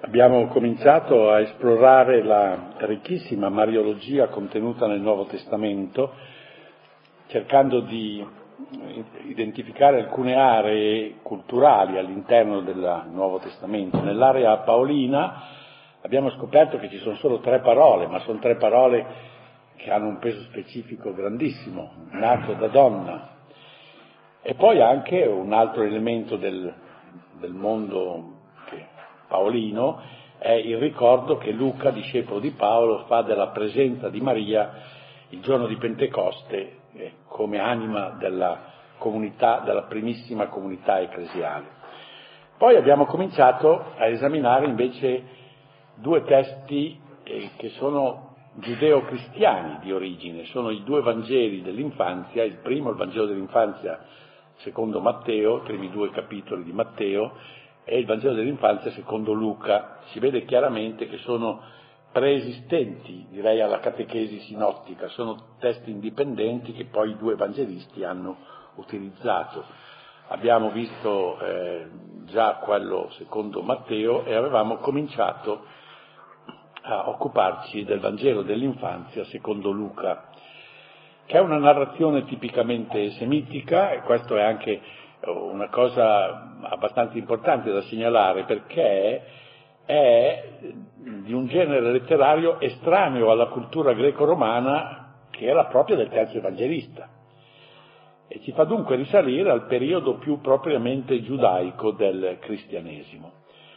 Abbiamo cominciato a esplorare la ricchissima mariologia contenuta nel Nuovo Testamento, cercando di identificare alcune aree culturali all'interno del Nuovo Testamento. Nell'area paolina abbiamo scoperto che ci sono solo 3 parole, ma sono 3 parole che hanno un peso specifico grandissimo: nato da donna. E poi anche un altro elemento del mondo paolino è il ricordo che Luca, discepolo di Paolo, fa della presenza di Maria il giorno di Pentecoste come anima della comunità, della primissima comunità ecclesiale. Poi abbiamo cominciato a esaminare invece 2 testi che sono giudeo-cristiani di origine, sono i 2 Vangeli dell'infanzia. Il primo, il Vangelo dell'infanzia secondo Matteo, i primi 2 capitoli di Matteo, e il Vangelo dell'infanzia secondo Luca. Si vede chiaramente che sono preesistenti, direi, alla catechesi sinottica, sono testi indipendenti che poi i 2 evangelisti hanno utilizzato. Abbiamo visto già quello secondo Matteo e avevamo cominciato a occuparci del Vangelo dell'infanzia secondo Luca, che è una narrazione tipicamente semitica, e questo è anche una cosa abbastanza importante da segnalare, perché è di un genere letterario estraneo alla cultura greco-romana, che era propria del terzo evangelista, e ci fa dunque risalire al periodo più propriamente giudaico del cristianesimo.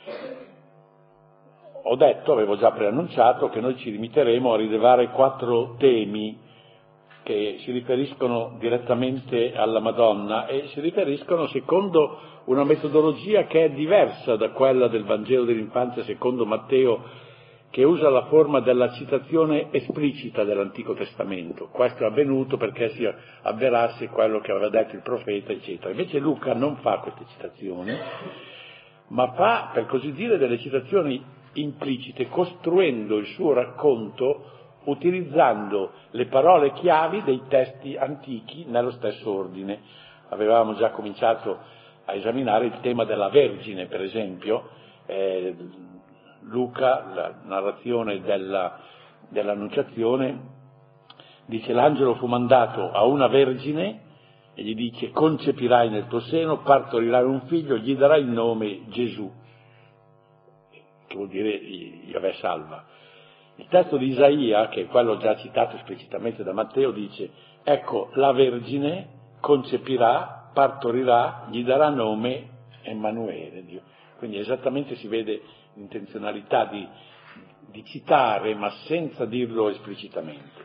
Avevo già preannunciato che noi ci limiteremo a rilevare 4 temi che si riferiscono direttamente alla Madonna e si riferiscono secondo una metodologia che è diversa da quella del Vangelo dell'infanzia secondo Matteo, che usa la forma della citazione esplicita dell'Antico Testamento. Questo è avvenuto perché si avverasse quello che aveva detto il profeta, eccetera. Invece Luca non fa queste citazioni, ma fa, per così dire, delle citazioni implicite, costruendo il suo racconto utilizzando le parole chiavi dei testi antichi nello stesso ordine. Avevamo già cominciato a esaminare il tema della Vergine, per esempio. Luca, la narrazione dell'Annunciazione, dice: l'angelo fu mandato a una vergine e gli dice: concepirai nel tuo seno, partorirai un figlio, gli darai il nome Gesù, che vuol dire Yahweh salva. Il testo di Isaia, che è quello già citato esplicitamente da Matteo, dice: ecco, la Vergine concepirà, partorirà, gli darà nome Emanuele, Dio. Quindi esattamente si vede l'intenzionalità di citare, ma senza dirlo esplicitamente.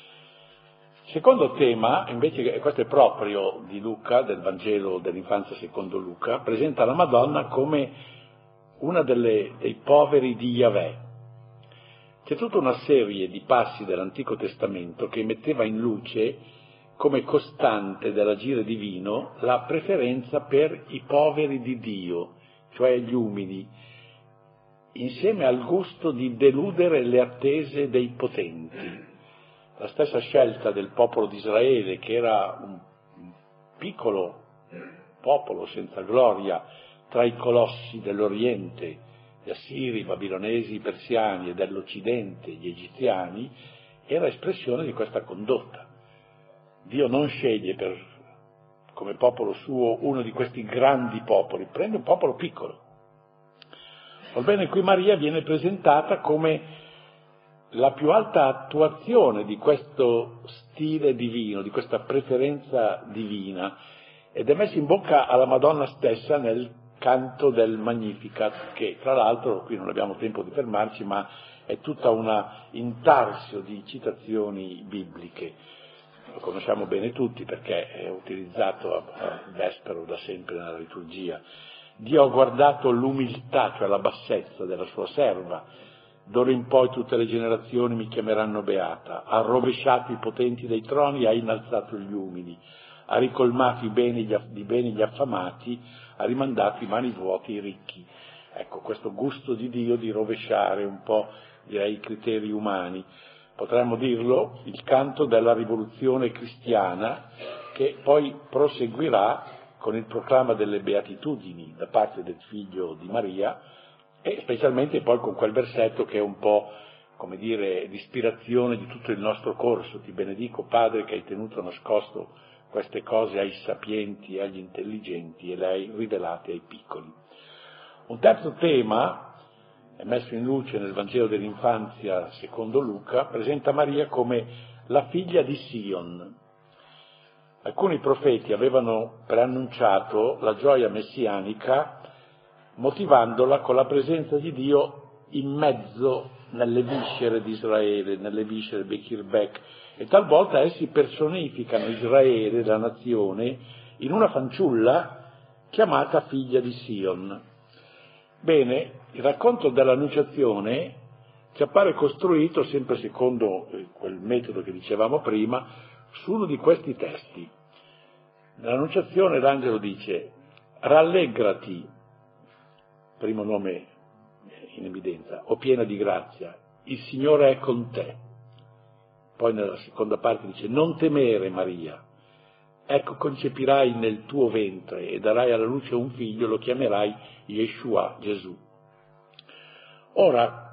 Secondo tema, invece, e questo è proprio di Luca, del Vangelo dell'infanzia secondo Luca, presenta la Madonna come una dei poveri di Yahweh. C'è tutta una serie di passi dell'Antico Testamento che metteva in luce, come costante dell'agire divino, la preferenza per i poveri di Dio, cioè gli umili, insieme al gusto di deludere le attese dei potenti. La stessa scelta del popolo di Israele, che era un piccolo popolo senza gloria tra i colossi dell'Oriente, gli assiri, i babilonesi, i persiani, e dell'Occidente, gli egiziani, era espressione di questa condotta. Dio non sceglie come popolo suo uno di questi grandi popoli, prende un popolo piccolo. Orbene, qui Maria viene presentata come la più alta attuazione di questo stile divino, di questa preferenza divina, ed è messa in bocca alla Madonna stessa nel canto del Magnificat, che tra l'altro, qui non abbiamo tempo di fermarci, ma è tutta una intarsio di citazioni bibliche. Lo conosciamo bene tutti perché è utilizzato a vespero da sempre nella liturgia. Dio ha guardato l'umiltà, cioè la bassezza della sua serva, d'ora in poi tutte le generazioni mi chiameranno beata, ha rovesciato i potenti dei troni, ha innalzato gli umili, ha ricolmato di beni gli affamati, ha rimandato i mani vuoti i ricchi. Ecco, questo gusto di Dio di rovesciare un po', direi, i criteri umani. Potremmo dirlo il canto della rivoluzione cristiana, che poi proseguirà con il proclama delle beatitudini da parte del figlio di Maria e specialmente poi con quel versetto che è un po', come dire, l'ispirazione di tutto il nostro corso: ti benedico Padre che hai tenuto nascosto queste cose ai sapienti e agli intelligenti e le hai rivelate ai piccoli. Un terzo tema, è messo in luce nel Vangelo dell'infanzia secondo Luca, presenta Maria come la figlia di Sion. Alcuni profeti avevano preannunciato la gioia messianica motivandola con la presenza di Dio in mezzo nelle viscere di Israele, nelle viscere Bechir-Bech, e talvolta essi personificano Israele, la nazione, in una fanciulla chiamata figlia di Sion. Bene, il racconto dell'Annunciazione ci appare costruito, sempre secondo quel metodo che dicevamo prima, su uno di questi testi. Nell'Annunciazione l'angelo dice: rallegrati, primo nome in evidenza, o piena di grazia, il Signore è con te. Poi nella seconda parte dice: non temere Maria, ecco concepirai nel tuo ventre e darai alla luce un figlio, lo chiamerai Yeshua, Gesù. Ora,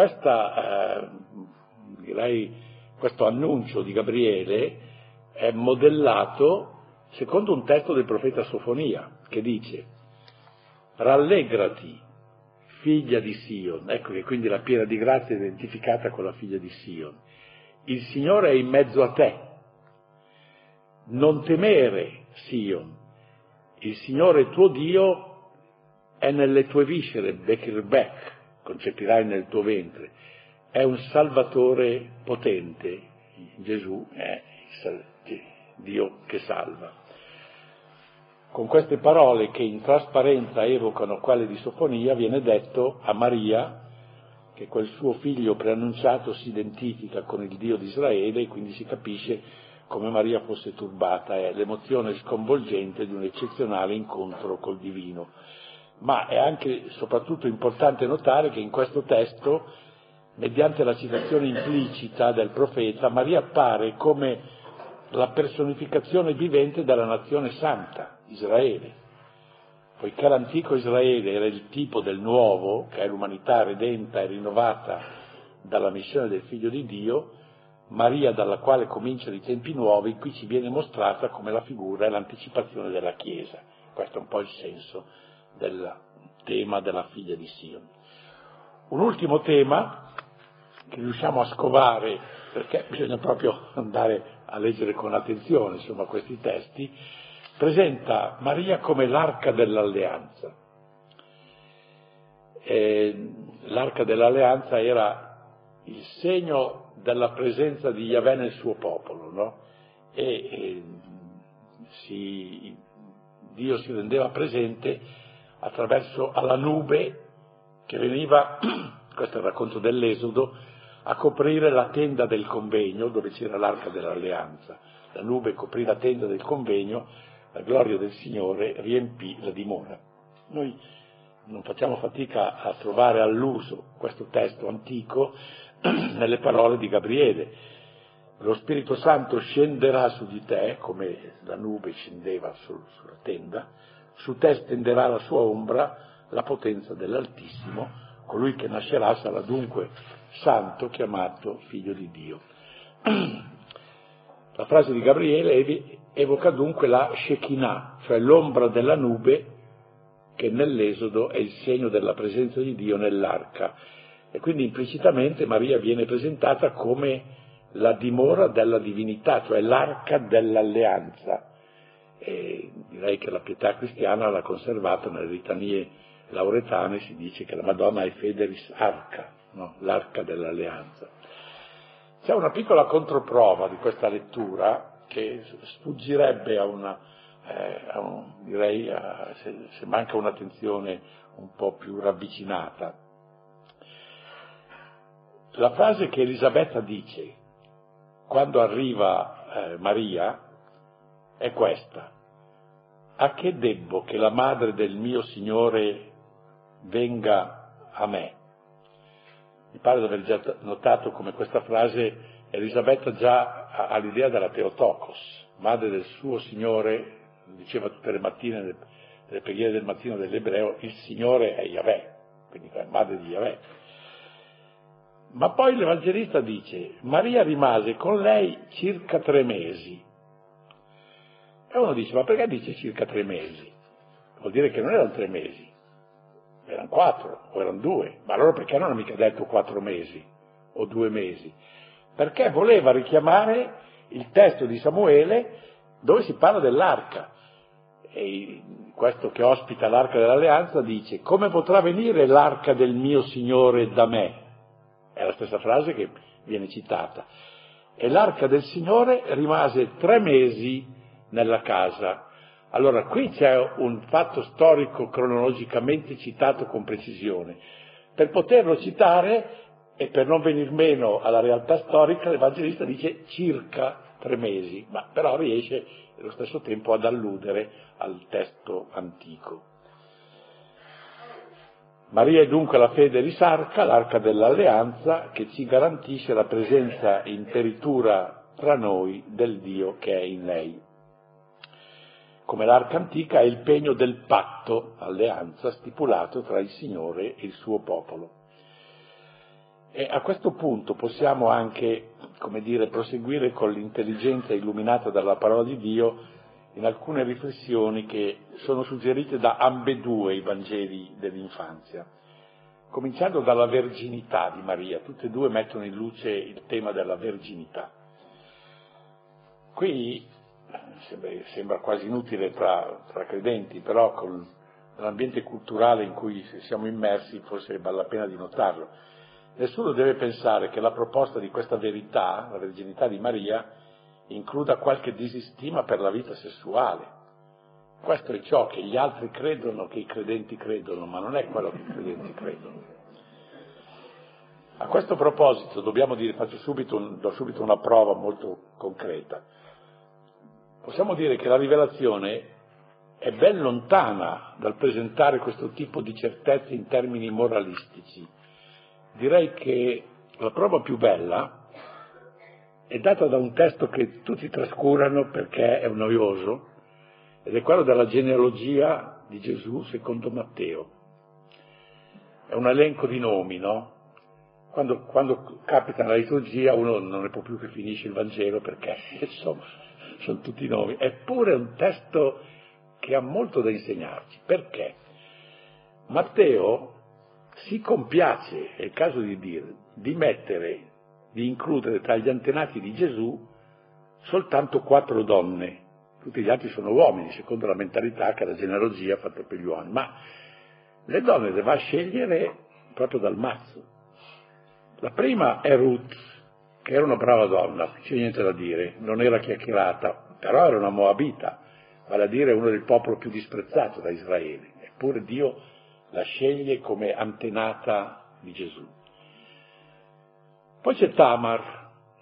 questo annuncio di Gabriele è modellato secondo un testo del profeta Sofonia, che dice: rallegrati, figlia di Sion. Ecco che quindi la piena di grazia è identificata con la figlia di Sion. Il Signore è in mezzo a te. Non temere, Sion. Il Signore tuo Dio è nelle tue viscere, Bechir-Bech, concepirai nel tuo ventre. È un Salvatore potente. Gesù è Dio che salva. Con queste parole, che in trasparenza evocano quelle di Sofonia, viene detto a Maria che quel suo figlio preannunciato si identifica con il Dio di Israele, e quindi si capisce come Maria fosse turbata. È l'emozione sconvolgente di un eccezionale incontro col divino. Ma è anche soprattutto importante notare che in questo testo, mediante la citazione implicita del profeta, Maria appare come la personificazione vivente della nazione santa, Israele. Poiché l'antico Israele era il tipo del nuovo, che è l'umanità redenta e rinnovata dalla missione del Figlio di Dio, Maria, dalla quale cominciano i tempi nuovi, qui ci viene mostrata come la figura e l'anticipazione della Chiesa. Questo è un po' il senso del tema della figlia di Sion. Un ultimo tema che riusciamo a scovare, perché bisogna proprio andare a leggere con attenzione, insomma, questi testi, presenta Maria come l'arca dell'alleanza. L'arca dell'alleanza era il segno della presenza di Yahweh nel suo popolo, no? Dio si rendeva presente attraverso alla nube che veniva, questo è il racconto dell'Esodo, a coprire la tenda del convegno dove c'era l'arca dell'alleanza. La nube coprì la tenda del convegno, la gloria del Signore riempì la dimora. Noi non facciamo fatica a trovare all'uso questo testo antico nelle parole di Gabriele. Lo Spirito Santo scenderà su di te, come la nube scendeva sulla tenda, su te stenderà la sua ombra, la potenza dell'Altissimo, colui che nascerà sarà dunque santo, chiamato figlio di Dio. La frase di Gabriele evoca dunque la Shekinah, cioè l'ombra della nube, che nell'Esodo è il segno della presenza di Dio nell'arca. E quindi implicitamente Maria viene presentata come la dimora della divinità, cioè l'arca dell'alleanza. E direi che la pietà cristiana l'ha conservata nelle litanie lauretane, si dice che la Madonna è Federis Arca, no? L'arca dell'alleanza. C'è una piccola controprova di questa lettura che sfuggirebbe se manca un'attenzione un po' più ravvicinata. La frase che Elisabetta dice quando arriva Maria è questa: a che debbo che la madre del mio Signore venga a me? Mi pare di aver già notato come questa frase Elisabetta già ha l'idea della Theotokos, madre del suo Signore, diceva tutte le mattine, nelle preghiere del mattino dell'ebreo, il Signore è Yahweh, quindi madre di Yahweh. Ma poi l'Evangelista dice, Maria rimase con lei circa 3 mesi. E uno dice, ma perché dice circa 3 mesi? Vuol dire che non erano 3 mesi, erano 4 o erano 2. Ma allora perché non ha mica detto 4 mesi o 2 mesi? Perché voleva richiamare il testo di Samuele dove si parla dell'arca. E questo che ospita l'arca dell'alleanza dice, come potrà venire l'arca del mio Signore da me? È la stessa frase che viene citata. E l'arca del Signore rimase 3 mesi nella casa. Allora, qui c'è un fatto storico cronologicamente citato con precisione. Per poterlo citare e per non venir meno alla realtà storica, l'Evangelista dice circa 3 mesi, ma però riesce allo stesso tempo ad alludere al testo antico. Maria è dunque la fede risarca, l'arca dell'alleanza, che ci garantisce la presenza in peritura tra noi del Dio che è in lei. Come l'arca antica è il pegno del patto, alleanza, stipulato tra il Signore e il suo popolo. E a questo punto possiamo anche, proseguire con l'intelligenza illuminata dalla parola di Dio in alcune riflessioni che sono suggerite da ambedue i Vangeli dell'infanzia. Cominciando dalla verginità di Maria, tutte e due mettono in luce il tema della verginità. Qui sembra quasi inutile tra credenti, però con l'ambiente culturale in cui siamo immersi forse vale la pena di notarlo. Nessuno deve pensare che la proposta di questa verità, la verginità di Maria, includa qualche disistima per la vita sessuale. Questo è ciò che gli altri credono, che i credenti credono, ma non è quello che i credenti credono. A questo proposito do subito una prova molto concreta. Possiamo dire che la rivelazione è ben lontana dal presentare questo tipo di certezze in termini moralistici. Direi che la prova più bella è data da un testo che tutti trascurano perché è noioso, ed è quello della genealogia di Gesù secondo Matteo. È un elenco di nomi, no? Quando capita la liturgia uno non ne può più che finisce il Vangelo perché, insomma, sono tutti nomi. Eppure è un testo che ha molto da insegnarci. Perché? Matteo si compiace, è il caso di dire, di includere tra gli antenati di Gesù soltanto 4 donne. Tutti gli altri sono uomini, secondo la mentalità che la genealogia ha fatto per gli uomini. Ma le donne le va a scegliere proprio dal mazzo. La prima è Ruth, che era una brava donna, non c'è niente da dire, non era chiacchierata, però era una moabita, vale a dire uno del popolo più disprezzato da Israele. Eppure Dio la sceglie come antenata di Gesù. Poi c'è Tamar.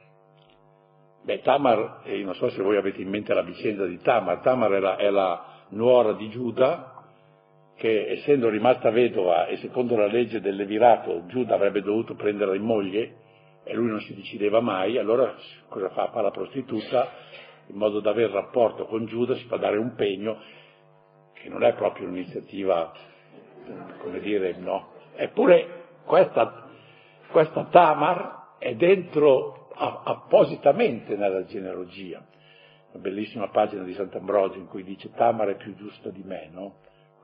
Tamar, non so se voi avete in mente la vicenda di Tamar. Tamar è la nuora di Giuda, che essendo rimasta vedova e secondo la legge del Levirato Giuda avrebbe dovuto prenderla in moglie e lui non si decideva mai, allora cosa fa? Fa la prostituta in modo da avere rapporto con Giuda, si fa dare un pegno, che non è proprio un'iniziativa, no. Eppure questa Tamar è dentro appositamente nella genealogia. Una bellissima pagina di Sant'Ambrogio in cui dice Tamar è più giusta di me, no?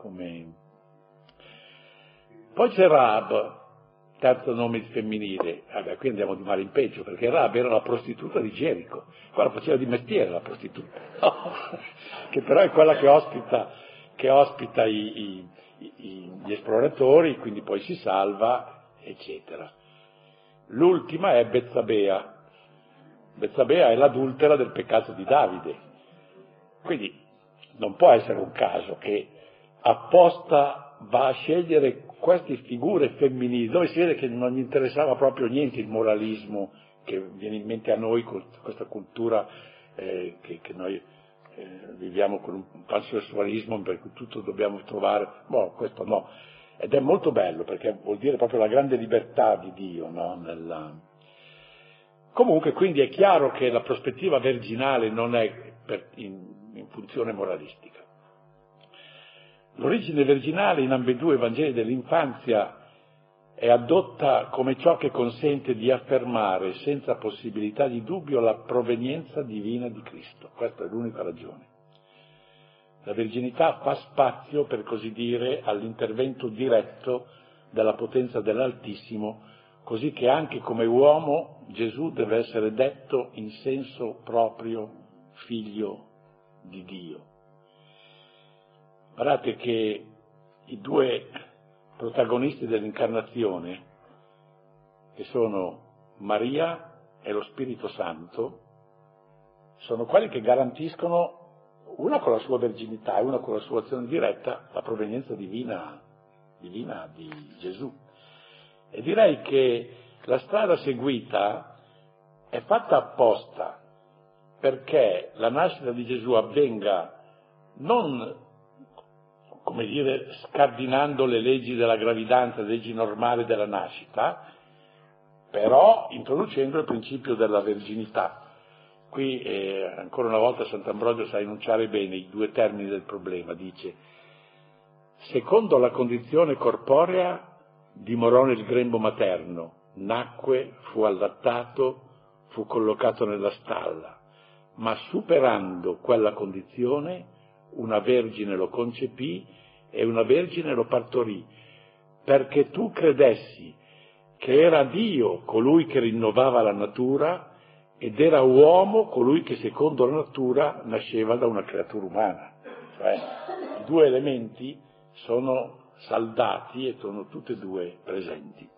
Poi c'è Rahab, terzo nome femminile. Qui andiamo di male in peggio, perché Rahab era la prostituta di Gerico, quella faceva di mestiere la prostituta, no? Che però è quella che ospita gli esploratori, quindi poi si salva, eccetera. L'ultima è Bezzabea. Bezzabea è l'adultera del peccato di Davide. Quindi non può essere un caso che apposta va a scegliere queste figure femminili, dove si vede che non gli interessava proprio niente il moralismo che viene in mente a noi con questa cultura che noi viviamo con un pansessualismo per cui tutto dobbiamo trovare, questo no. Ed è molto bello perché vuol dire proprio la grande libertà di Dio, no? Comunque, quindi è chiaro che la prospettiva virginale non è in funzione moralistica. L'origine virginale in ambedue i Vangeli dell'infanzia è adotta come ciò che consente di affermare senza possibilità di dubbio la provenienza divina di Cristo. Questa è l'unica ragione. La verginità fa spazio, per così dire, all'intervento diretto della potenza dell'Altissimo, così che anche come uomo Gesù deve essere detto in senso proprio figlio di Dio. Guardate che i due protagonisti dell'incarnazione, che sono Maria e lo Spirito Santo, sono quelli che garantiscono, una con la sua verginità e una con la sua azione diretta, la provenienza divina di Gesù. E direi che la strada seguita è fatta apposta perché la nascita di Gesù avvenga non, come dire, scardinando le leggi della gravidanza, le leggi normali della nascita, però introducendo il principio della verginità. Qui ancora una volta Sant'Ambrogio sa enunciare bene i due termini del problema, dice: secondo la condizione corporea dimorò nel grembo materno, nacque, fu allattato, fu collocato nella stalla, ma superando quella condizione una vergine lo concepì e una vergine lo partorì, perché tu credessi che era Dio colui che rinnovava la natura ed era uomo colui che secondo la natura nasceva da una creatura umana. Cioè, i due elementi sono saldati e sono tutti e due presenti.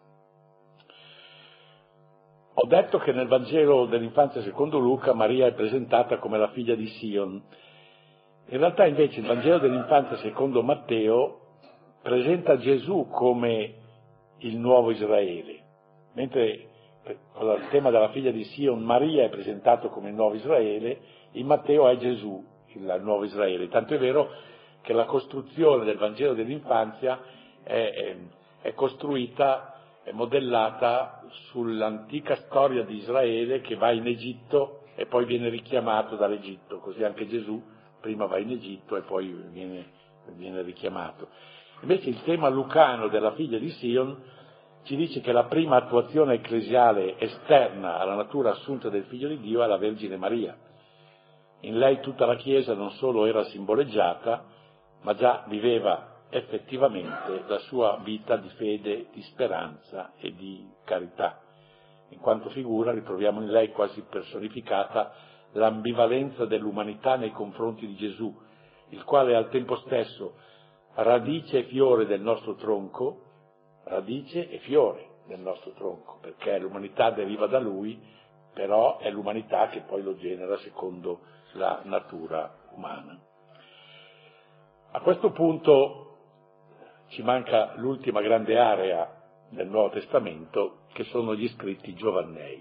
Ho detto che nel Vangelo dell'infanzia secondo Luca Maria è presentata come la figlia di Sion. In realtà invece il Vangelo dell'infanzia secondo Matteo presenta Gesù come il nuovo Israele, mentre con il tema della figlia di Sion Maria è presentato come il nuovo Israele, in Matteo è Gesù il nuovo Israele. Tanto è vero che la costruzione del Vangelo dell'infanzia è costruita, è modellata sull'antica storia di Israele che va in Egitto e poi viene richiamato dall'Egitto, così anche Gesù prima va in Egitto e poi viene richiamato. Invece il tema lucano della figlia di Sion ci dice che la prima attuazione ecclesiale esterna alla natura assunta del Figlio di Dio è la Vergine Maria. In lei tutta la Chiesa non solo era simboleggiata, ma già viveva effettivamente la sua vita di fede, di speranza e di carità. In quanto figura ritroviamo in lei quasi personificata l'ambivalenza dell'umanità nei confronti di Gesù, il quale è al tempo stesso radice e fiore del nostro tronco, radice e fiore del nostro tronco, perché l'umanità deriva da lui, però è l'umanità che poi lo genera secondo la natura umana. A questo punto ci manca l'ultima grande area del Nuovo Testamento, che sono gli scritti giovannei.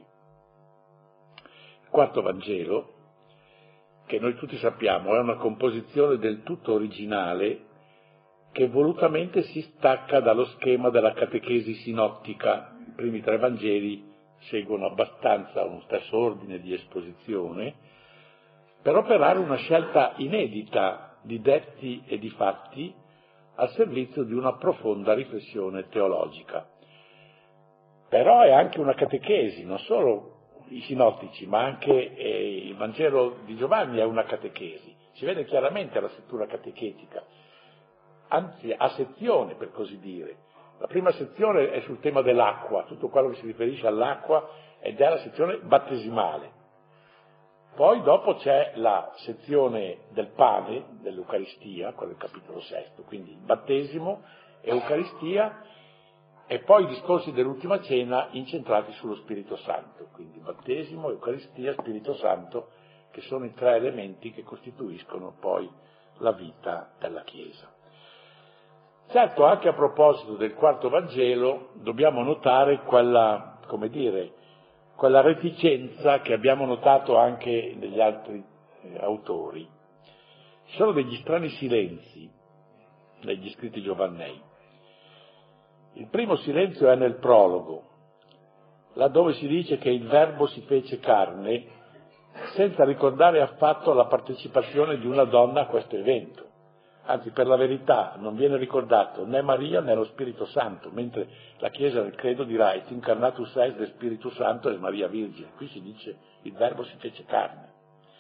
Il quarto Vangelo, che noi tutti sappiamo, è una composizione del tutto originale che volutamente si stacca dallo schema della catechesi sinottica. I primi tre Vangeli seguono abbastanza uno stesso ordine di esposizione, per operare una scelta inedita di detti e di fatti al servizio di una profonda riflessione teologica. Però è anche una catechesi, non solo i sinottici, ma anche il Vangelo di Giovanni è una catechesi. Si vede chiaramente la scrittura catechetica, anzi a sezione, per così dire. La prima sezione è sul tema dell'acqua, tutto quello che si riferisce all'acqua, ed è la sezione battesimale. Poi dopo c'è la sezione del pane, dell'Eucaristia, quello è il capitolo 6, quindi battesimo, Eucaristia, e poi i discorsi dell'ultima cena incentrati sullo Spirito Santo, quindi battesimo, Eucaristia, Spirito Santo, che sono i tre elementi che costituiscono poi la vita della Chiesa. Certo, anche a proposito del quarto Vangelo, dobbiamo notare quella, come dire, quella reticenza che abbiamo notato anche negli altri autori. Ci sono degli strani silenzi negli scritti giovannei. Il primo silenzio è nel prologo, laddove si dice che il Verbo si fece carne, senza ricordare affatto la partecipazione di una donna a questo evento. Anzi, per la verità non viene ricordato né Maria né lo Spirito Santo, mentre la Chiesa nel credo dirà et incarnatus est de Spiritus Santo e Maria Virgine. Qui si dice il Verbo si fece carne.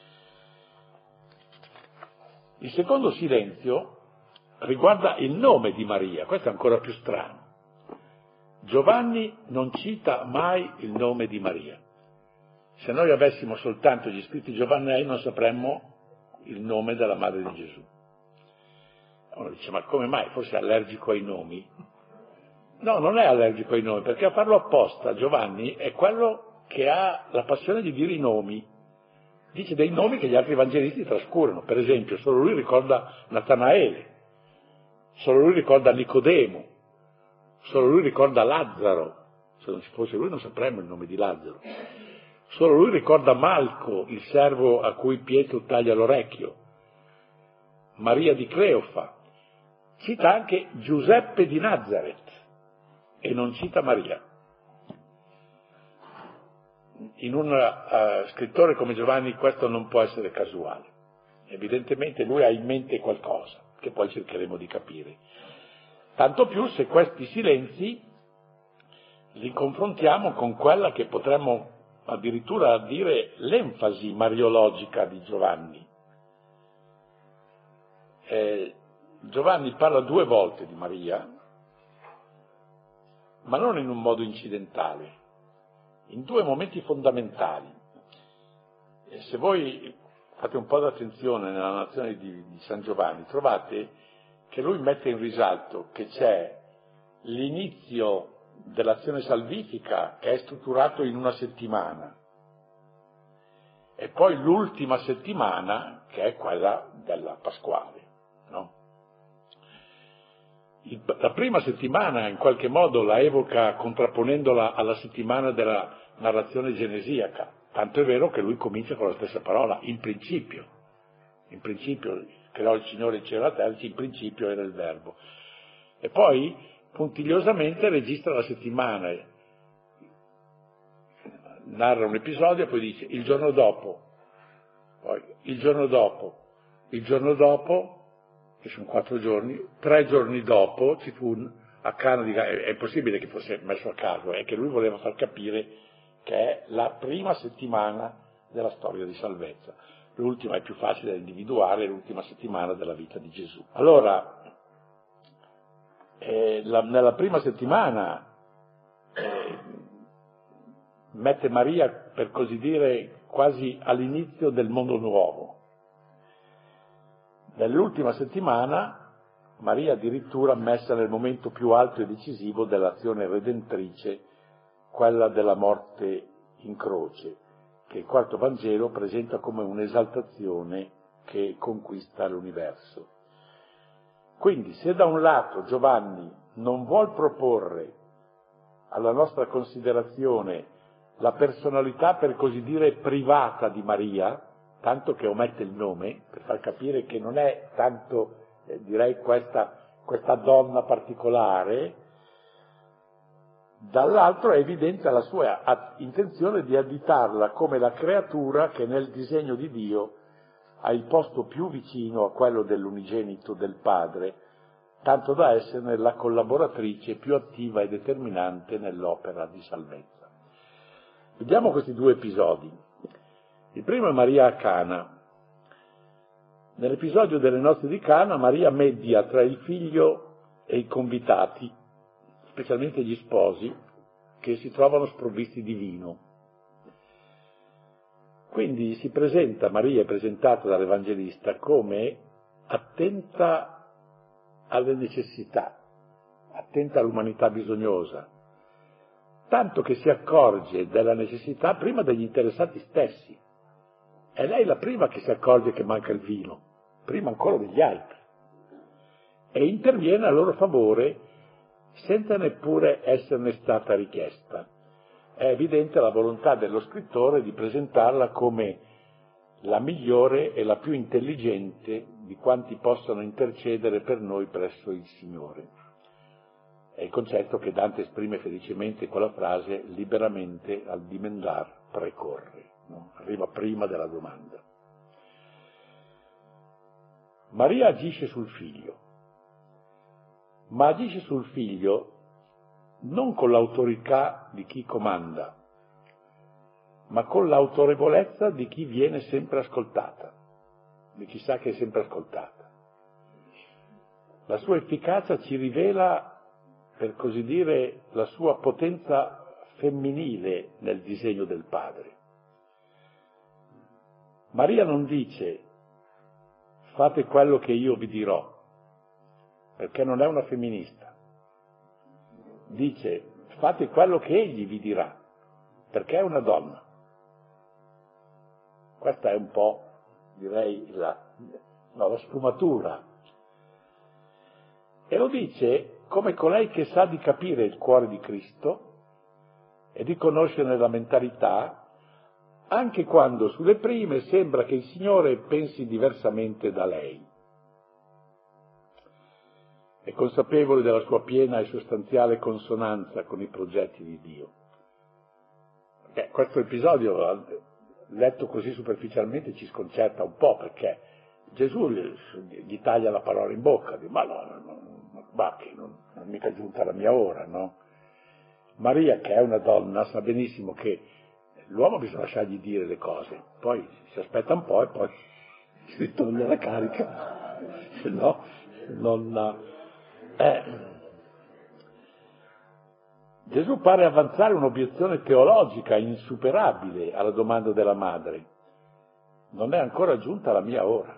Il secondo silenzio riguarda il nome di Maria, questo è ancora più strano. Giovanni non cita mai il nome di Maria. Se noi avessimo soltanto gli scritti giovannei non sapremmo il nome della madre di Gesù. Uno dice, ma come mai? Forse è allergico ai nomi? No, non è allergico ai nomi, perché a farlo apposta Giovanni è quello che ha la passione di dire i nomi. Dice dei nomi che gli altri evangelisti trascurano. Per esempio, solo lui ricorda Natanaele, solo lui ricorda Nicodemo, solo lui ricorda Lazzaro. Se non ci fosse lui non sapremmo il nome di Lazzaro. Solo lui ricorda Malco, il servo a cui Pietro taglia l'orecchio, Maria di Cleofa. Cita anche Giuseppe di Nazaret e non cita Maria. In un scrittore come Giovanni questo non può essere casuale. Evidentemente lui ha in mente qualcosa, che poi cercheremo di capire. Tanto più se questi silenzi li confrontiamo con quella che potremmo addirittura dire l'enfasi mariologica di Giovanni. Giovanni parla 2 volte di Maria, ma non in un modo incidentale, in 2 momenti fondamentali. E se voi fate un po' d'attenzione nella narrazione di San Giovanni, trovate che lui mette in risalto che c'è l'inizio dell'azione salvifica che è strutturato in 1 settimana e poi l'ultima settimana che è quella della Pasquale, no? La prima settimana in qualche modo la evoca contrapponendola alla settimana della narrazione genesiaca, tanto è vero che lui comincia con la stessa parola, in principio creò il Signore il cielo e la terra, in principio era il Verbo. E poi puntigliosamente registra la settimana, narra un episodio e poi dice il giorno dopo, poi il giorno dopo, che sono 4 giorni, 3 giorni dopo ci fu a Cana di Galilea. È possibile che fosse messo a caso, è che lui voleva far capire che è la prima settimana della storia di salvezza. L'ultima è più facile da individuare, è l'ultima settimana della vita di Gesù. Allora, nella prima settimana mette Maria, per così dire, quasi all'inizio del mondo nuovo. Nell'ultima settimana Maria addirittura messa nel momento più alto e decisivo dell'azione redentrice, quella della morte in croce, che il quarto Vangelo presenta come un'esaltazione che conquista l'universo. Quindi se da un lato Giovanni non vuol proporre alla nostra considerazione la personalità per così dire privata di Maria, tanto che omette il nome, per far capire che non è tanto, direi, questa donna particolare, dall'altro è evidente la sua intenzione di additarla come la creatura che nel disegno di Dio ha il posto più vicino a quello dell'unigenito del Padre, tanto da esserne la collaboratrice più attiva e determinante nell'opera di salvezza. Vediamo questi 2 episodi. Il primo è Maria a Cana. Nell'episodio delle nozze di Cana, Maria media tra il figlio e i convitati, specialmente gli sposi, che si trovano sprovvisti di vino. Quindi Maria è presentata dall'Evangelista come attenta alle necessità, attenta all'umanità bisognosa, tanto che si accorge della necessità prima degli interessati stessi. È lei la prima che si accorge che manca il vino, prima ancora degli altri, e interviene a loro favore senza neppure esserne stata richiesta. È evidente la volontà dello scrittore di presentarla come la migliore e la più intelligente di quanti possano intercedere per noi presso il Signore. È il concetto che Dante esprime felicemente con la frase liberamente al dimandar precorre, no? Arriva prima della domanda. Maria agisce sul figlio, ma agisce sul figlio non con l'autorità di chi comanda, ma con l'autorevolezza di chi viene sempre ascoltata, di chi sa che è sempre ascoltata. La sua efficacia ci rivela, per così dire, la sua potenza femminile nel disegno del Padre. Maria non dice fate quello che io vi dirò, perché non è una femminista. Dice fate quello che egli vi dirà, perché è una donna. Questa è un po', direi, la sfumatura. E lo dice come colei che sa di capire il cuore di Cristo e di conoscerne la mentalità, anche quando sulle prime sembra che il Signore pensi diversamente da lei. È consapevole della sua piena e sostanziale consonanza con i progetti di Dio. Questo episodio, letto così superficialmente, ci sconcerta un po', perché Gesù gli taglia la parola in bocca, dice, ma che non è mica giunta la mia ora, no? Maria, che è una donna, sa benissimo che l'uomo bisogna lasciargli dire le cose, poi si aspetta un po' e poi si ritorna la carica, se no non... Gesù pare avanzare un'obiezione teologica insuperabile alla domanda della madre. Non è ancora giunta la mia ora.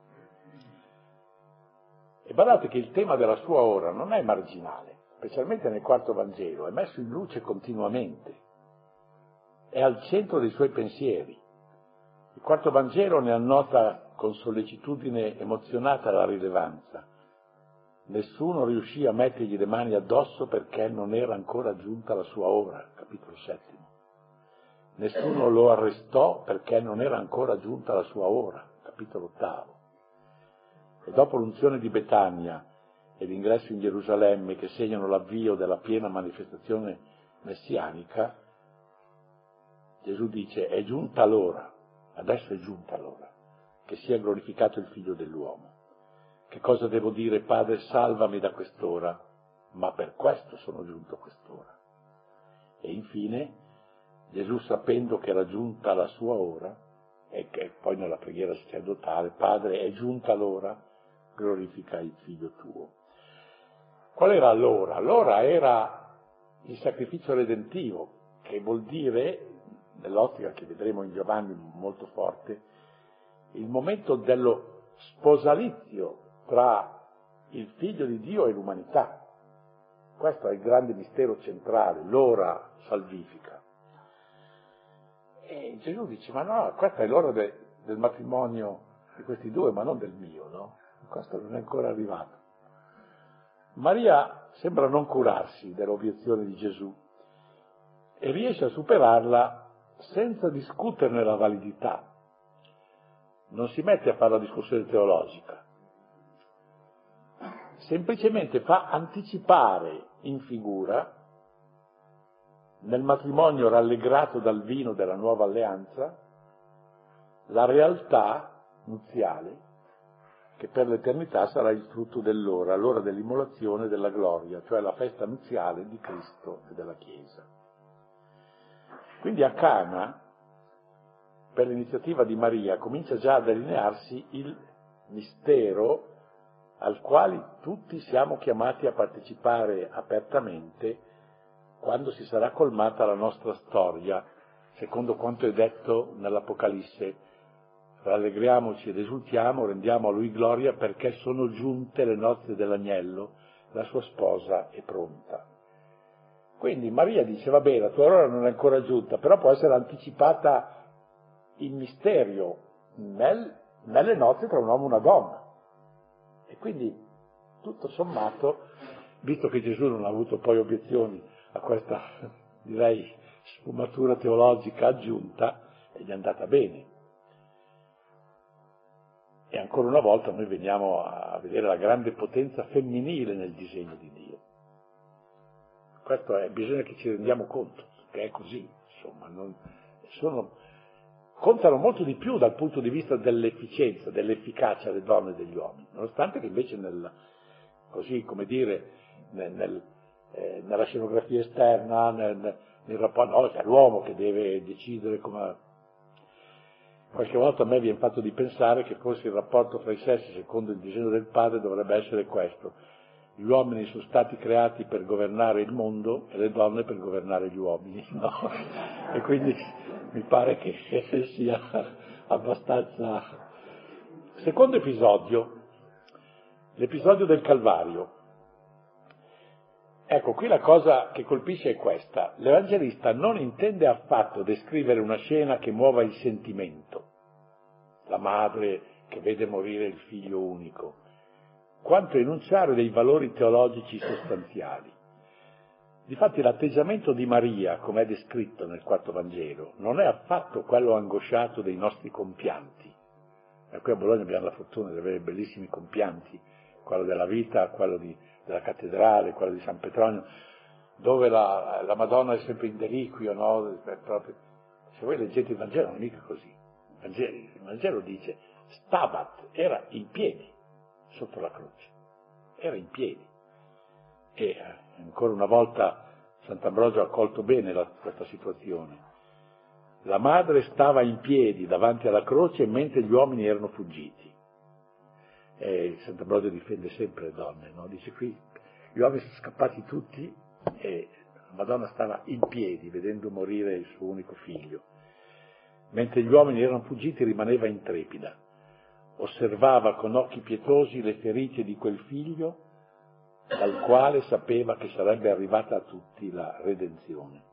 E badate che il tema della sua ora non è marginale, specialmente nel quarto Vangelo, è messo in luce continuamente, è al centro dei suoi pensieri. Il quarto Vangelo ne annota con sollecitudine emozionata la rilevanza. Nessuno riuscì a mettergli le mani addosso perché non era ancora giunta la sua ora, capitolo 7. Nessuno lo arrestò perché non era ancora giunta la sua ora, capitolo 8. E dopo l'unzione di Betania e l'ingresso in Gerusalemme, che segnano l'avvio della piena manifestazione messianica, Gesù dice: è giunta l'ora, adesso è giunta l'ora, che sia glorificato il Figlio dell'uomo. Che cosa devo dire? Padre, salvami da quest'ora, ma per questo sono giunto a quest'ora. E infine Gesù, sapendo che era giunta la sua ora, e che poi nella preghiera sacerdotale, Padre, è giunta l'ora, glorifica il Figlio tuo. Qual era l'ora? L'ora era il sacrificio redentivo, che vuol dire, nell'ottica che vedremo in Giovanni molto forte, il momento dello sposalizio tra il Figlio di Dio e l'umanità. Questo è il grande mistero centrale, l'ora salvifica. E Gesù dice, ma no, questa è l'ora del matrimonio di questi due, ma non del mio, no? Questo non è ancora arrivato. Maria sembra non curarsi dell'obiezione di Gesù e riesce a superarla senza discuterne la validità. Non si mette a fare la discussione teologica. Semplicemente fa anticipare in figura, nel matrimonio rallegrato dal vino della nuova alleanza, la realtà nuziale che per l'eternità sarà il frutto dell'ora, l'ora dell'immolazione e della gloria, cioè la festa nuziale di Cristo e della Chiesa. Quindi a Cana, per l'iniziativa di Maria, comincia già a delinearsi il mistero al quale tutti siamo chiamati a partecipare apertamente quando si sarà colmata la nostra storia, secondo quanto è detto nell'Apocalisse. Rallegriamoci ed esultiamo, rendiamo a Lui gloria perché sono giunte le nozze dell'agnello, la sua sposa è pronta. Quindi Maria dice, vabbè, la tua ora non è ancora giunta, però può essere anticipata in misterio nelle nozze tra un uomo e una donna. E quindi, tutto sommato, visto che Gesù non ha avuto poi obiezioni a questa, direi, sfumatura teologica aggiunta, gli è andata bene. E ancora una volta noi veniamo a vedere la grande potenza femminile nel disegno di Dio. Questo bisogna che ci rendiamo conto, che è così, insomma, contano molto di più dal punto di vista dell'efficienza, dell'efficacia delle donne e degli uomini, nonostante che invece così come dire, nella scenografia esterna, nel rapporto, no, è l'uomo che deve decidere come. Qualche volta a me viene fatto di pensare che forse il rapporto fra i sessi, secondo il disegno del padre, dovrebbe essere questo. Gli uomini sono stati creati per governare il mondo e le donne per governare gli uomini, no? E quindi mi pare che sia abbastanza. Secondo episodio, l'episodio del Calvario. Ecco, qui la cosa che colpisce è questa. L'Evangelista non intende affatto descrivere una scena che muova il sentimento, la madre che vede morire il figlio unico, quanto enunciare dei valori teologici sostanziali. Difatti l'atteggiamento di Maria, come è descritto nel quarto Vangelo, non è affatto quello angosciato dei nostri compianti. E qui a Bologna abbiamo la fortuna di avere bellissimi compianti, quello della vita, quello della cattedrale, quello di San Petronio, dove la Madonna è sempre in deliquio, no? Se voi leggete il Vangelo non è mica così. Il Vangelo dice Stabat, era in piedi sotto la croce, era in piedi. E ancora una volta Sant'Ambrogio ha colto bene questa situazione. La madre stava in piedi davanti alla croce mentre gli uomini erano fuggiti. E Sant'Ambrogio difende sempre le donne, no? Dice qui, gli uomini sono scappati tutti e la Madonna stava in piedi vedendo morire il suo unico figlio. Mentre gli uomini erano fuggiti rimaneva intrepida. Osservava con occhi pietosi le ferite di quel figlio, dal quale sapeva che sarebbe arrivata a tutti la redenzione.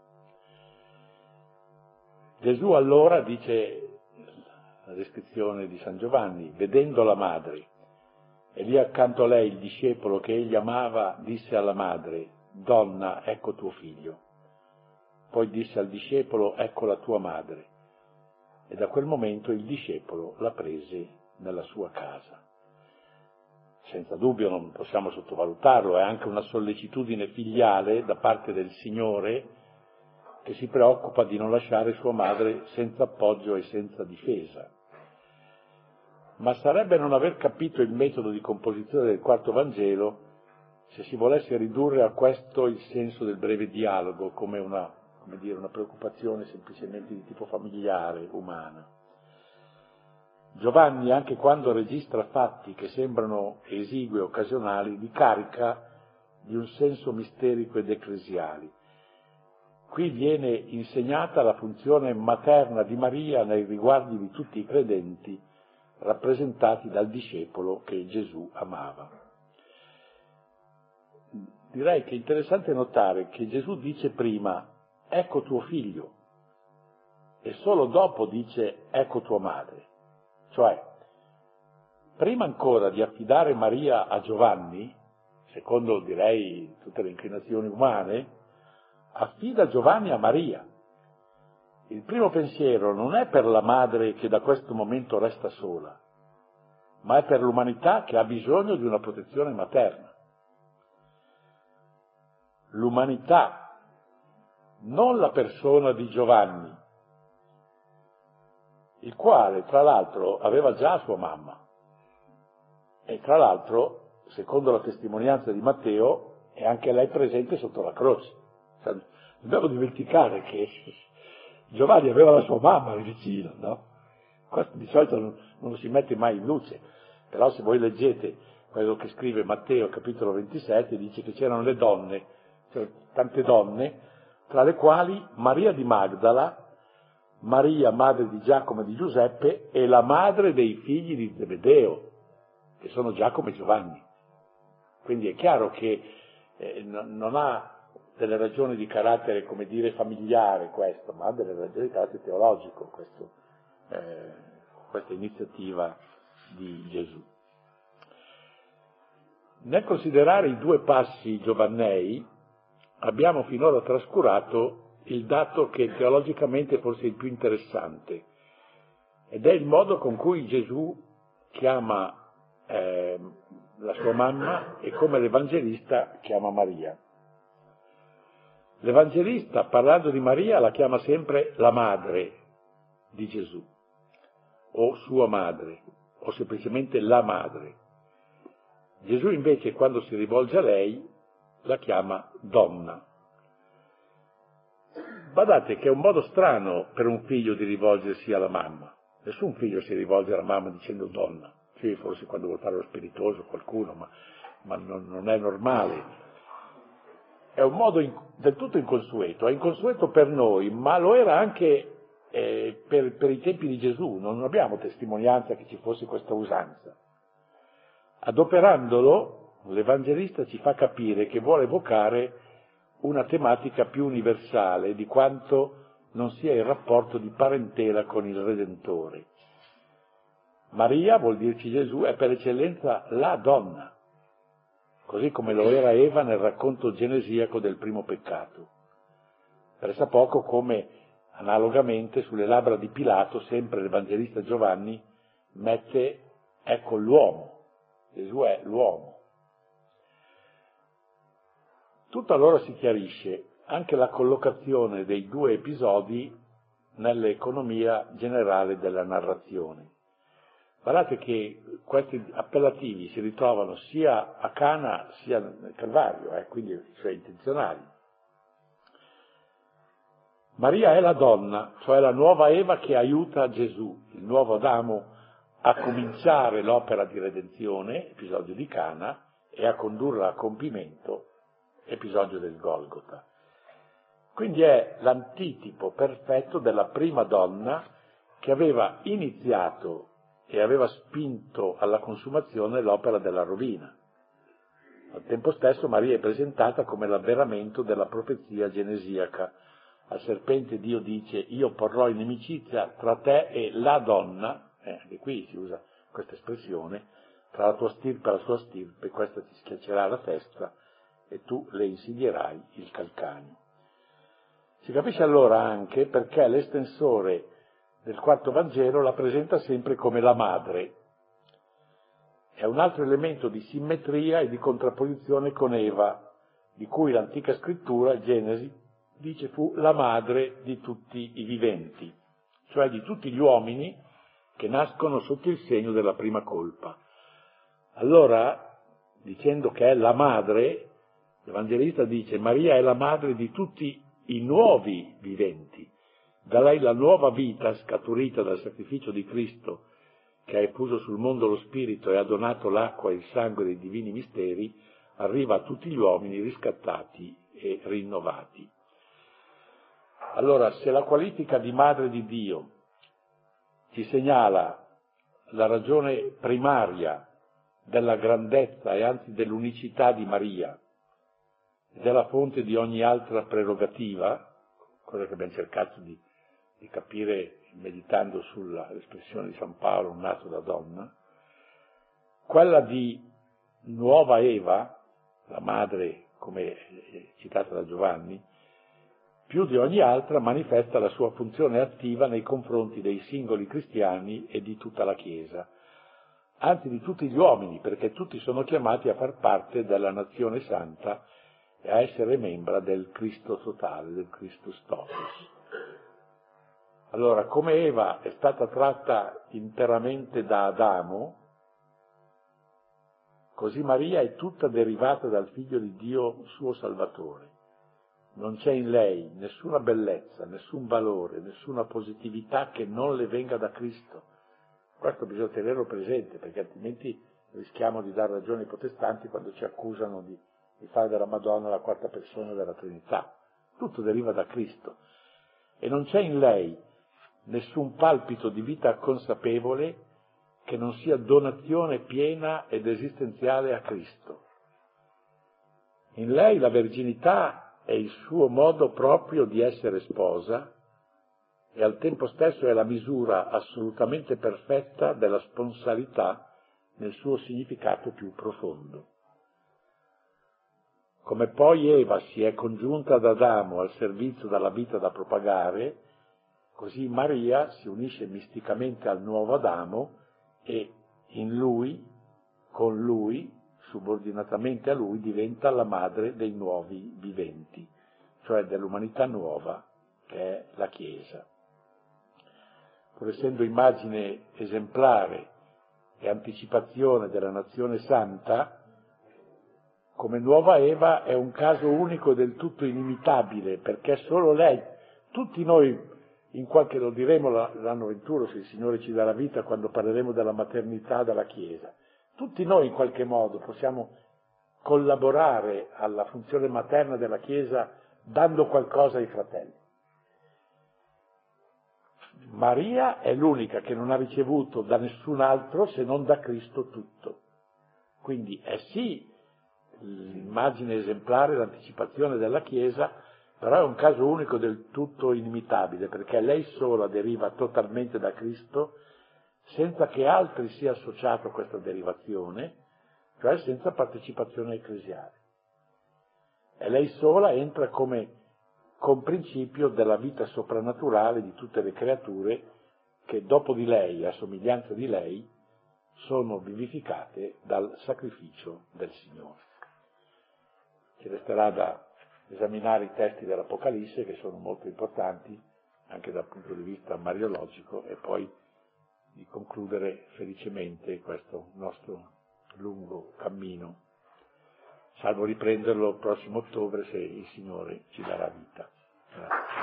Gesù allora, dice la descrizione di San Giovanni, vedendo la madre, e lì accanto a lei il discepolo che egli amava, disse alla madre, «Donna, ecco tuo figlio». Poi disse al discepolo, «Ecco la tua madre». E da quel momento il discepolo la prese nella sua casa. Senza dubbio non possiamo sottovalutarlo, è anche una sollecitudine filiale da parte del Signore che si preoccupa di non lasciare sua madre senza appoggio e senza difesa. Ma sarebbe non aver capito il metodo di composizione del quarto Vangelo se si volesse ridurre a questo il senso del breve dialogo come una preoccupazione semplicemente di tipo familiare, umana. Giovanni, anche quando registra fatti che sembrano esigui e occasionali, li carica di un senso misterico ed ecclesiale. Qui viene insegnata la funzione materna di Maria nei riguardi di tutti i credenti, rappresentati dal discepolo che Gesù amava. Direi che è interessante notare che Gesù dice prima, ecco tuo figlio, e solo dopo dice, ecco tua madre. Cioè, prima ancora di affidare Maria a Giovanni, secondo direi tutte le inclinazioni umane, affida Giovanni a Maria. Il primo pensiero non è per la madre che da questo momento resta sola, ma è per l'umanità che ha bisogno di una protezione materna. L'umanità, non la persona di Giovanni, il quale tra l'altro aveva già sua mamma e tra l'altro, secondo la testimonianza di Matteo, è anche lei presente sotto la croce. Cioè, dobbiamo dimenticare che Giovanni aveva la sua mamma vicino, no? Questo di solito non lo si mette mai in luce, però se voi leggete quello che scrive Matteo, capitolo 27, dice che c'erano le donne, cioè tante donne, tra le quali Maria di Magdala, Maria, madre di Giacomo e di Giuseppe, e la madre dei figli di Zebedeo, che sono Giacomo e Giovanni. Quindi è chiaro che non ha delle ragioni di carattere, come dire, familiare questo, ma ha delle ragioni di carattere teologico questa iniziativa di Gesù. Nel considerare i due passi giovannei abbiamo finora trascurato il dato che teologicamente forse è il più interessante, ed è il modo con cui Gesù chiama la sua mamma e come l'Evangelista chiama Maria. L'Evangelista, parlando di Maria, la chiama sempre la madre, di Gesù, o sua madre, o semplicemente la madre. Gesù invece, quando si rivolge a lei, la chiama donna. Badate che è un modo strano per un figlio di rivolgersi alla mamma. Nessun figlio si rivolge alla mamma dicendo donna. Sì, forse quando vuol fare lo spiritoso qualcuno, ma non è normale. È un modo del tutto inconsueto. È inconsueto per noi, ma lo era anche per i tempi di Gesù. Non abbiamo testimonianza che ci fosse questa usanza. Adoperandolo, l'Evangelista ci fa capire che vuole evocare una tematica più universale di quanto non sia il rapporto di parentela con il Redentore. Maria, vuol dirci Gesù, è per eccellenza la donna, così come lo era Eva nel racconto genesiaco del primo peccato. Resta poco come, analogamente, sulle labbra di Pilato, sempre l'Evangelista Giovanni mette, ecco l'uomo, Gesù è l'uomo. Tutto allora si chiarisce, anche la collocazione dei due episodi nell'economia generale della narrazione. Guardate che questi appellativi si ritrovano sia a Cana sia nel Calvario, quindi cioè intenzionali. Maria è la donna, cioè la nuova Eva che aiuta Gesù, il nuovo Adamo, a cominciare l'opera di redenzione, episodio di Cana, e a condurla a compimento, episodio del Golgota. Quindi è l'antitipo perfetto della prima donna che aveva iniziato e aveva spinto alla consumazione l'opera della rovina. Al tempo stesso Maria è presentata come l'avveramento della profezia genesiaca. Al serpente Dio dice: io porrò inimicizia tra te e la donna, anche qui si usa questa espressione, tra la tua stirpe e la sua stirpe, questa ti schiaccerà la testa e tu le insidierai il calcagno. Si capisce allora anche perché l'estensore del quarto Vangelo la presenta sempre come la madre. È un altro elemento di simmetria e di contrapposizione con Eva, di cui l'antica scrittura, Genesi, dice fu la madre di tutti i viventi, cioè di tutti gli uomini che nascono sotto il segno della prima colpa. Allora, dicendo che è la madre, l'Evangelista dice: Maria è la madre di tutti i nuovi viventi. Da lei la nuova vita, scaturita dal sacrificio di Cristo, che ha effuso sul mondo lo Spirito e ha donato l'acqua e il sangue dei divini misteri, arriva a tutti gli uomini riscattati e rinnovati. Allora, se la qualifica di Madre di Dio ci segnala la ragione primaria della grandezza e anzi dell'unicità di Maria, della fonte di ogni altra prerogativa, cosa che abbiamo cercato di capire meditando sull'espressione di San Paolo, un nato da donna, quella di nuova Eva, la madre come citata da Giovanni, più di ogni altra manifesta la sua funzione attiva nei confronti dei singoli cristiani e di tutta la Chiesa, anzi di tutti gli uomini, perché tutti sono chiamati a far parte della nazione santa e a essere membra del Cristo totale, del Christus totus. Allora, come Eva è stata tratta interamente da Adamo, così Maria è tutta derivata dal Figlio di Dio, suo Salvatore. Non c'è in lei nessuna bellezza, nessun valore, nessuna positività che non le venga da Cristo. Questo bisogna tenerlo presente, perché altrimenti rischiamo di dar ragione ai protestanti quando ci accusano di fare della Madonna la quarta persona della Trinità. Tutto deriva da Cristo. E non c'è in lei nessun palpito di vita consapevole che non sia donazione piena ed esistenziale a Cristo. In lei la verginità è il suo modo proprio di essere sposa e al tempo stesso è la misura assolutamente perfetta della sponsalità nel suo significato più profondo. Come poi Eva si è congiunta ad Adamo al servizio della vita da propagare, così Maria si unisce misticamente al nuovo Adamo e in lui, con lui, subordinatamente a lui, diventa la madre dei nuovi viventi, cioè dell'umanità nuova che è la Chiesa. pur essendo immagine esemplare e anticipazione della nazione santa, come nuova Eva è un caso unico del tutto inimitabile, perché solo lei, tutti noi, lo diremo l'anno 21 se il Signore ci dà la vita, quando parleremo della maternità della Chiesa, tutti noi in qualche modo possiamo collaborare alla funzione materna della Chiesa dando qualcosa ai fratelli. Maria è l'unica che non ha ricevuto da nessun altro se non da Cristo tutto. Quindi è sì l'immagine esemplare, l'anticipazione della Chiesa, però è un caso unico del tutto inimitabile, perché lei sola deriva totalmente da Cristo, senza che altri sia associato a questa derivazione, cioè senza partecipazione ecclesiale. E lei sola entra come con principio della vita soprannaturale di tutte le creature che dopo di lei, a somiglianza di lei, sono vivificate dal sacrificio del Signore. Ci resterà da esaminare i testi dell'Apocalisse, che sono molto importanti anche dal punto di vista mariologico, e poi di concludere felicemente questo nostro lungo cammino, salvo riprenderlo il prossimo ottobre se il Signore ci darà vita. Grazie.